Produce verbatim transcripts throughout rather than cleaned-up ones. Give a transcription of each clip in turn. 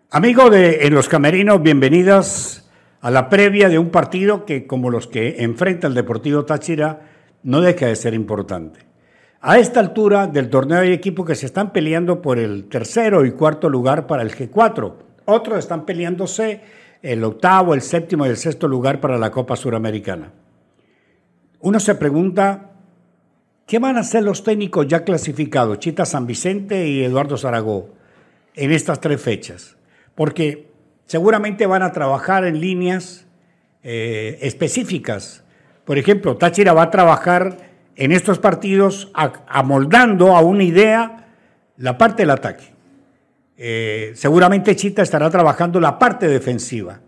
Amigos de En los Camerinos, bienvenidas a la previa de un partido que, como los que enfrenta el Deportivo Táchira, no deja de ser importante. A esta altura del torneo hay equipos que se están peleando por el tercero y cuarto lugar para el G cuatro. Otros están peleándose el octavo, el séptimo y el sexto lugar para la Copa Suramericana. Uno se pregunta, ¿qué van a hacer los técnicos ya clasificados, Chita San Vicente y Eduardo Zaragoza, en estas tres fechas? Porque seguramente van a trabajar en líneas eh, específicas. Por ejemplo, Táchira va a trabajar en estos partidos a, amoldando a una idea la parte del ataque. Eh, seguramente Chita estará trabajando la parte defensiva.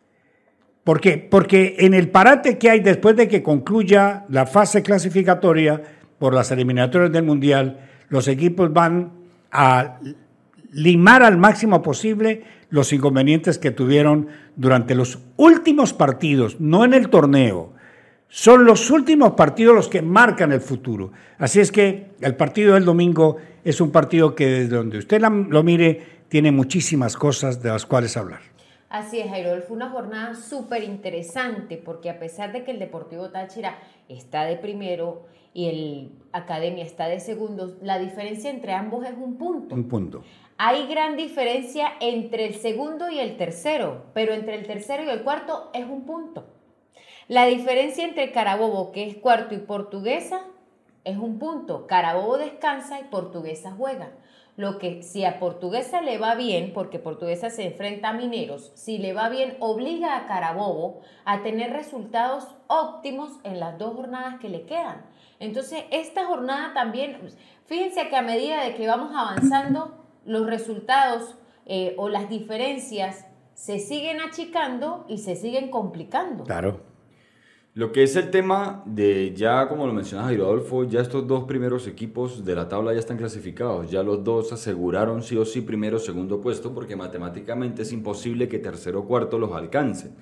¿Por qué? Porque en el parate que hay después de que concluya la fase clasificatoria por las eliminatorias del Mundial, los equipos van a limar al máximo posible los inconvenientes que tuvieron durante los últimos partidos, no en el torneo. Son los últimos partidos los que marcan el futuro. Así es que el partido del domingo es un partido que desde donde usted lo mire tiene muchísimas cosas de las cuales hablar. Así es, Jairo, fue una jornada súper interesante porque a pesar de que el Deportivo Táchira está de primero y el Academia está de segundo, la diferencia entre ambos es un punto. Un punto. Hay gran diferencia entre el segundo y el tercero, pero entre el tercero y el cuarto es un punto. La diferencia entre Carabobo, que es cuarto, y Portuguesa es un punto. Carabobo descansa y Portuguesa juega. Lo que si a Portuguesa le va bien, porque Portuguesa se enfrenta a Mineros, si le va bien, obliga a Carabobo a tener resultados óptimos en las dos jornadas que le quedan. Entonces, esta jornada también, fíjense que a medida de que vamos avanzando, los resultados eh, o las diferencias se siguen achicando y se siguen complicando. Claro. Lo que es el tema de ya, como lo mencionas Jairo Adolfo, ya estos dos primeros equipos de la tabla ya están clasificados. Ya los dos aseguraron sí o sí primero o segundo puesto porque matemáticamente es imposible que tercero o cuarto los alcance.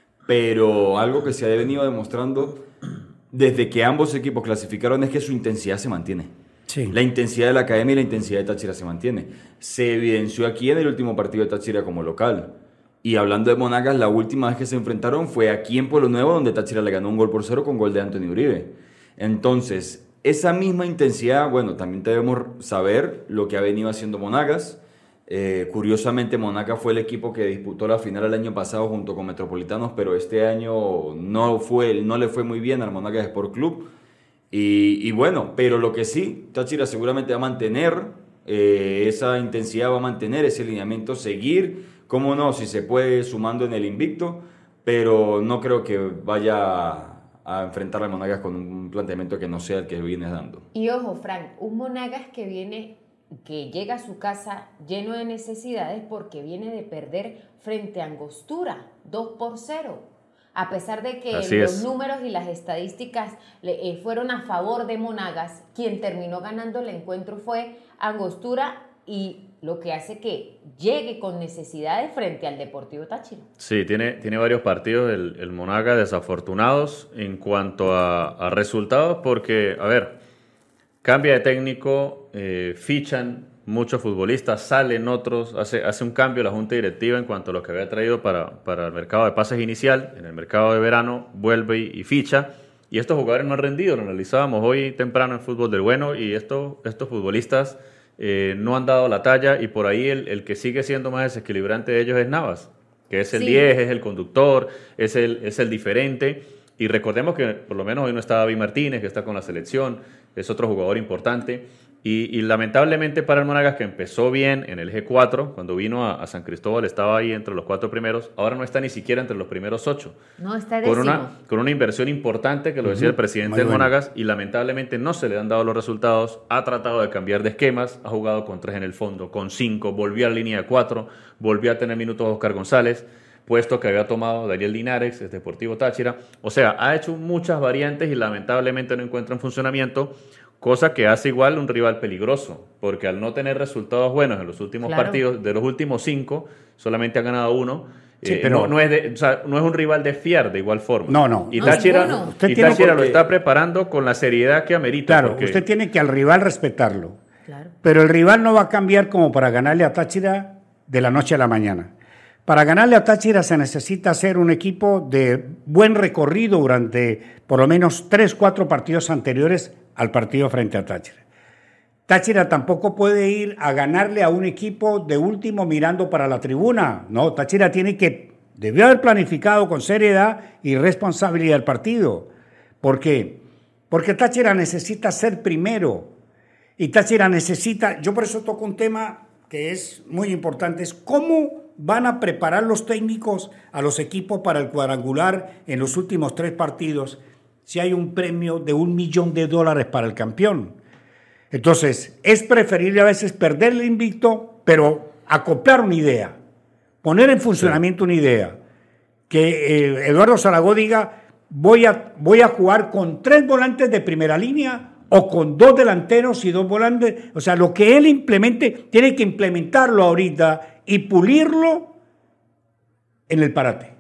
Pero algo que se ha venido demostrando desde que ambos equipos clasificaron es que su intensidad se mantiene. Sí. La intensidad de la Academia y la intensidad de Táchira se mantiene. Se evidenció aquí en el último partido de Táchira como local. Y hablando de Monagas, la última vez que se enfrentaron fue aquí en Pueblo Nuevo, donde Táchira le ganó un gol por cero con gol de Anthony Uribe. Entonces, esa misma intensidad, bueno, también debemos saber lo que ha venido haciendo Monagas. Eh, curiosamente, Monagas fue el equipo que disputó la final el año pasado junto con Metropolitanos, pero este año no, fue, no le fue muy bien al Monagas Sport Club. Y, y bueno, pero lo que sí, Táchira seguramente va a mantener eh, esa intensidad, va a mantener ese lineamiento, seguir, cómo no, si se puede sumando en el invicto, pero no creo que vaya a, a enfrentar al Monagas con un planteamiento que no sea el que viene dando. Y ojo, Frank, un Monagas que viene, que llega a su casa lleno de necesidades porque viene de perder frente a Angostura, dos por cero. A pesar de que Así los es. números y las estadísticas eh, fueron a favor de Monagas, quien terminó ganando el encuentro fue Angostura, y lo que hace que llegue con necesidades frente al Deportivo Táchira. Sí, tiene, tiene varios partidos el, el Monagas desafortunados en cuanto a, a resultados porque, a ver, cambia de técnico, eh, fichan muchos futbolistas, salen otros, hace, hace un cambio la junta directiva en cuanto a lo que había traído para, para el mercado de pases inicial, en el mercado de verano vuelve y, y ficha, y estos jugadores no han rendido, lo analizábamos hoy temprano en Fútbol del Bueno, y estos, estos futbolistas eh, no han dado la talla, y por ahí el, el que sigue siendo más desequilibrante de ellos es Navas, que es el Sí. diez, es el conductor, es el, es el diferente, y recordemos que por lo menos hoy no está David Martínez, que está con la selección, es otro jugador importante. Y, y lamentablemente para el Monagas, que empezó bien en el G cuatro, cuando vino a, a San Cristóbal estaba ahí entre los cuatro primeros, ahora no está ni siquiera entre los primeros ocho. No, está Con décimo. una, con una inversión importante, que lo decía Uh-huh. el presidente Muy del bueno. Monagas, y lamentablemente no se le han dado los resultados, ha tratado de cambiar de esquemas, ha jugado con tres en el fondo, con cinco, volvió a la línea de cuatro, volvió a tener minutos Oscar González, puesto que había tomado Daniel Linares, es Deportivo Táchira. O sea, ha hecho muchas variantes y lamentablemente no encuentra en funcionamiento, cosa que hace igual un rival peligroso, porque al no tener resultados buenos en los últimos Claro. partidos, de los últimos cinco, solamente ha ganado uno. Sí, Eh, pero- no, no, es de, o sea, no es un rival de fiar de igual forma. No, no. Y No, Táchira, ninguno. Usted y tiene Táchira lo porque- está preparando con la seriedad que amerita. Claro, porque- usted tiene que al rival respetarlo. Claro. Pero el rival no va a cambiar como para ganarle a Táchira de la noche a la mañana. Para ganarle a Táchira se necesita ser un equipo de buen recorrido durante por lo menos tres, cuatro partidos anteriores al partido frente a Táchira. Táchira tampoco puede ir a ganarle a un equipo de último mirando para la tribuna. No, Táchira tiene que, debió haber planificado con seriedad y responsabilidad el partido. ¿Por qué? Porque Táchira necesita ser primero. Y Táchira necesita, yo por eso toco un tema que es muy importante, es cómo van a preparar los técnicos a los equipos para el cuadrangular en los últimos tres partidos si hay un premio de un millón de dólares para el campeón. Entonces, es preferible a veces perder el invicto, pero acoplar una idea, poner en funcionamiento sí. una idea. Que eh, Eduardo Zaragoza diga, voy a, voy a jugar con tres volantes de primera línea o con dos delanteros y dos volantes. O sea, lo que él implemente, tiene que implementarlo ahorita y pulirlo en el parate.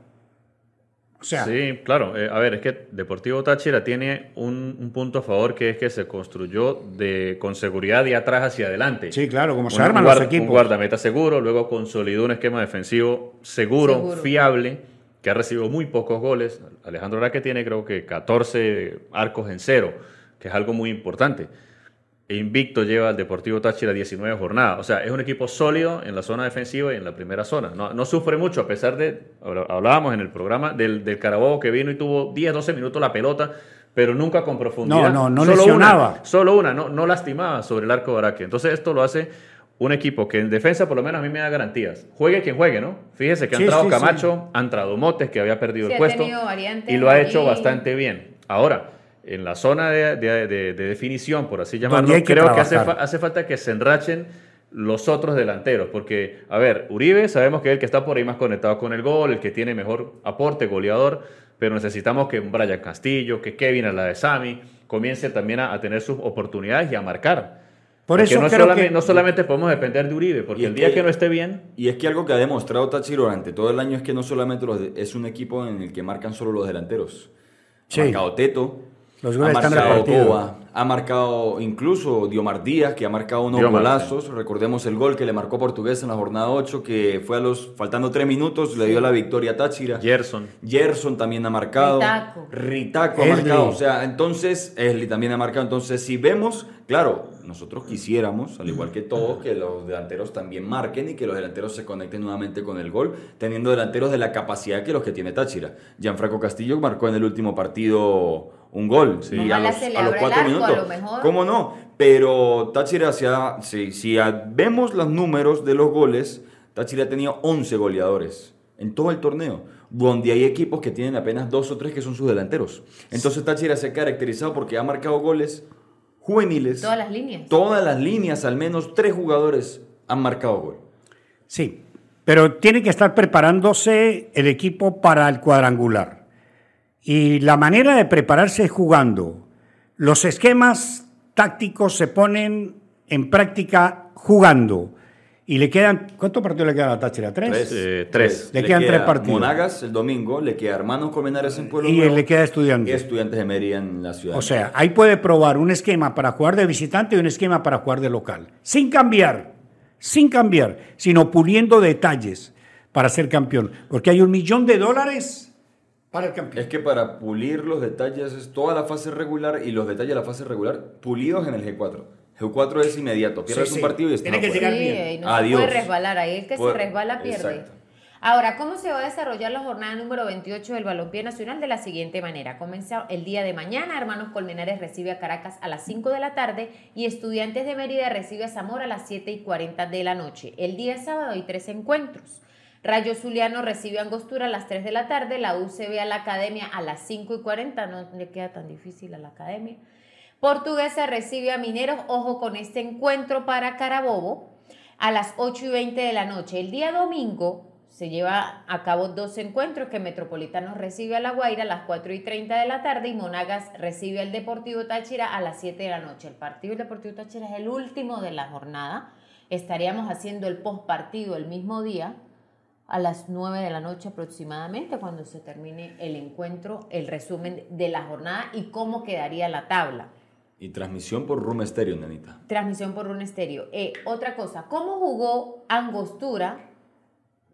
O sea, sí, claro. Eh, a ver, es que Deportivo Táchira tiene un, un punto a favor, que es que se construyó de, con seguridad de atrás hacia adelante. Sí, claro, como se un, arman un los equipos. Un guardameta seguro, luego consolidó un esquema defensivo seguro, seguro, fiable, que ha recibido muy pocos goles. Alejandro Araque tiene creo que catorce arcos en cero, que es algo muy importante. E invicto lleva al Deportivo Táchira diecinueve jornadas. O sea, es un equipo sólido en la zona defensiva y en la primera zona. No, no sufre mucho, a pesar de, hablábamos en el programa del, del Carabobo, que vino y tuvo diez, doce minutos la pelota, pero nunca con profundidad. No, no, no solo lesionaba. Una, solo una, no, no lastimaba sobre el arco de Araque. Entonces esto lo hace un equipo que en defensa por lo menos a mí me da garantías. Juegue quien juegue, ¿no? Fíjese que ha sí, entrado sí, Camacho, sí. ha entrado Motes, que había perdido sí, el puesto, y lo ha hecho y... bastante bien. Ahora, en la zona de, de, de, de definición, por así llamarlo, que creo trabajar. que hace, fa hace falta que se enrachen los otros delanteros, porque, a ver, Uribe sabemos que es el que está por ahí más conectado con el gol, el que tiene mejor aporte, goleador, pero necesitamos que un Brian Castillo, que Kevin a la de Sami, comience también a, a tener sus oportunidades y a marcar. Por porque eso no, creo solamente, que... no solamente podemos depender de Uribe, porque el día que, que no esté bien... Y es que algo que ha demostrado Táchira durante todo el año es que no solamente los de, es un equipo en el que marcan solo los delanteros. Sí. Ha marcado Teto, los ha marcado Coba, ha marcado incluso Diomar Díaz, que ha marcado unos Diomar, golazos. Sí. Recordemos el gol que le marcó Portuguesa en la jornada ocho, que fue a los faltando tres minutos, sí. le dio la victoria a Táchira. Gerson. Gerson también ha marcado. Ritaco. Ritaco ha marcado. O sea, entonces, Esli también ha marcado. Entonces, si vemos, claro, nosotros quisiéramos, al igual que todos, que los delanteros también marquen y que los delanteros se conecten nuevamente con el gol, teniendo delanteros de la capacidad que los que tiene Táchira. Gianfranco Castillo marcó en el último partido un gol, sí, no, a, los, a los cuatro arco, minutos. A lo mejor. ¿Cómo no? Pero Táchira, si, si vemos los números de los goles, Táchira ha tenido once goleadores en todo el torneo, donde hay equipos que tienen apenas dos o tres que son sus delanteros. Entonces Táchira se ha caracterizado porque ha marcado goles juveniles. Todas las líneas. Todas las líneas, al menos tres jugadores han marcado gol. Sí, pero tiene que estar preparándose el equipo para el cuadrangular. Y la manera de prepararse es jugando. Los esquemas tácticos se ponen en práctica jugando. Y le quedan, ¿cuántos partidos le quedan a Táchira? ¿Tres? Tres. Eh, tres. Le, le quedan tres partidos. Monagas el domingo, le queda Hermanos Colmenares en Pueblo y Nuevo. Y le queda Estudiantes. Y Estudiantes de Mérida en la ciudad. O sea, ahí puede probar un esquema para jugar de visitante y un esquema para jugar de local. Sin cambiar, sin cambiar, sino puliendo detalles para ser campeón. Porque hay un millón de dólares para el campeón. Es que para pulir los detalles es toda la fase regular y los detalles de la fase regular pulidos en el G cuatro. G cuatro es inmediato, pierdes sí, sí. un partido y está tiene que llegar sí, bien. Y no Adiós. se puede resbalar, ahí el que Por... se resbala pierde. Exacto. Ahora, ¿cómo se va a desarrollar la jornada número veintiocho del Balompié Nacional? De la siguiente manera. Comienza el día de mañana, Hermanos Colmenares recibe a Caracas a las cinco de la tarde y Estudiantes de Mérida recibe a Zamora a las siete y cuarenta de la noche. El día sábado hay tres encuentros. Rayo Zuliano recibe a Angostura a las tres de la tarde, la U C B a la Academia a las cinco y cuarenta, no le queda tan difícil a la Academia. Portuguesa recibe a Mineros, ojo con este encuentro para Carabobo, a las ocho y veinte de la noche. El día domingo se lleva a cabo dos encuentros, que Metropolitanos recibe a La Guaira a las cuatro y treinta de la tarde y Monagas recibe al Deportivo Táchira a las siete de la noche. El partido del Deportivo Táchira es el último de la jornada. Estaríamos haciendo el postpartido el mismo día, a las nueve de la noche aproximadamente, cuando se termine el encuentro, el resumen de la jornada y cómo quedaría la tabla. Y transmisión por Room Stereo, nenita. Transmisión por Room Stereo. Eh, otra cosa, ¿cómo jugó Angostura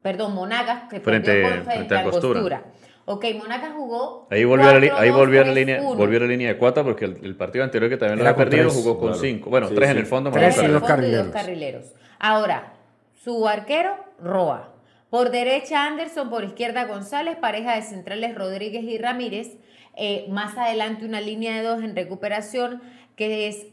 perdón, Monagas, que Frente- perdió por frente frente a a Angostura. Angostura. Ok, Monagas jugó Ahí volvió, a la, li- cuatro, ahí dos, volvió, a la tres, línea, uno. volvió a la línea de cuatro porque el, el partido anterior que también lo Era había con perdido tres, jugó con claro. cinco. Bueno, Sí, tres sí. en el fondo. Tres Monagas y Tres los en fondo y carrileros. dos carrileros. Ahora, su arquero, Roa. Por derecha, Anderson. Por izquierda, González. Pareja de centrales, Rodríguez y Ramírez. Eh, más adelante, una línea de dos en recuperación, que es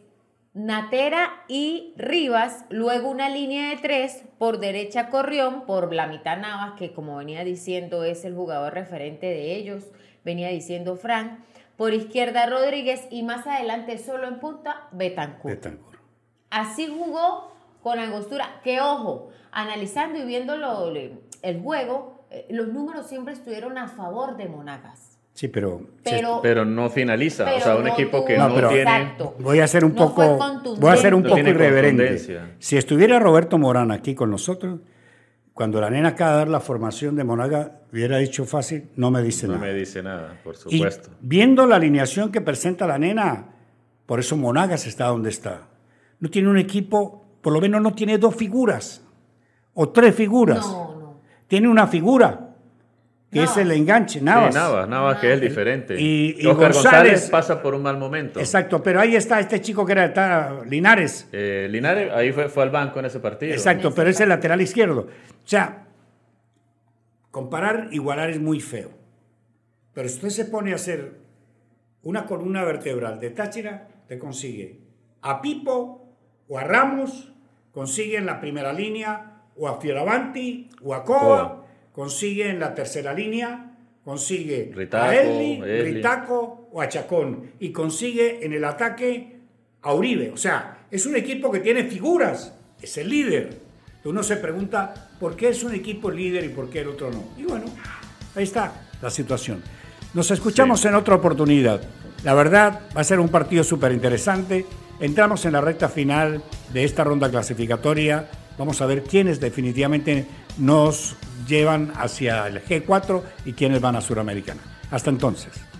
Natera y Rivas. Luego, una línea de tres. Por derecha, Corrión. Por la mitad, Navas, que como venía diciendo, es el jugador referente de ellos. Venía diciendo Frank. Por izquierda, Rodríguez. Y más adelante, solo en punta, Betancur. Betancur. Así jugó con Angostura. Que ojo, analizando y viendo lo- el juego, eh, los números siempre estuvieron a favor de Monagas. Sí, pero... Pero, Pero no finaliza. pero o sea, un no equipo que tuvo- no, pero- tiene... Exacto. Voy a ser un No fue poco, contundente. voy a ser un No poco tiene irreverente. contundencia. Si estuviera Roberto Morán aquí con nosotros, cuando la nena acaba de dar la formación de Monaga, hubiera dicho fácil, no me dice No nada. me dice nada, por Y supuesto. viendo la alineación que presenta la nena, por eso Monagas está donde está. No tiene un equipo, por lo menos no tiene dos figuras o tres figuras. no, no. Tiene una figura, que Navas. es el enganche, Sí, Navas. Navas, Navas, que es diferente. Y- y Oscar González- González, pasa por un mal momento. Exacto, pero ahí está este chico que era está, Linares. Eh, Linares ahí fue, fue al banco en ese partido. Exacto, pero es el lateral izquierdo. O sea, comparar, igualar es muy feo. Pero si usted se pone a hacer una columna vertebral de Táchira, te consigue a Pipo o a Ramos, consigue en la primera línea, o a Fioravanti o a Coa, Coa. consigue en la tercera línea, consigue Ritaco, a Esli, Esli. Ritaco o a Chacón, y consigue en el ataque a Uribe. O sea, es un equipo que tiene figuras, es el líder. Uno se pregunta por qué es un equipo líder y por qué el otro no. Y bueno, ahí está la situación. Nos escuchamos Sí. en otra oportunidad. La verdad, va a ser un partido súper interesante. Entramos en la recta final de esta ronda clasificatoria. Vamos a ver quiénes definitivamente nos llevan hacia el G cuatro y quiénes van a Suramericana. Hasta entonces.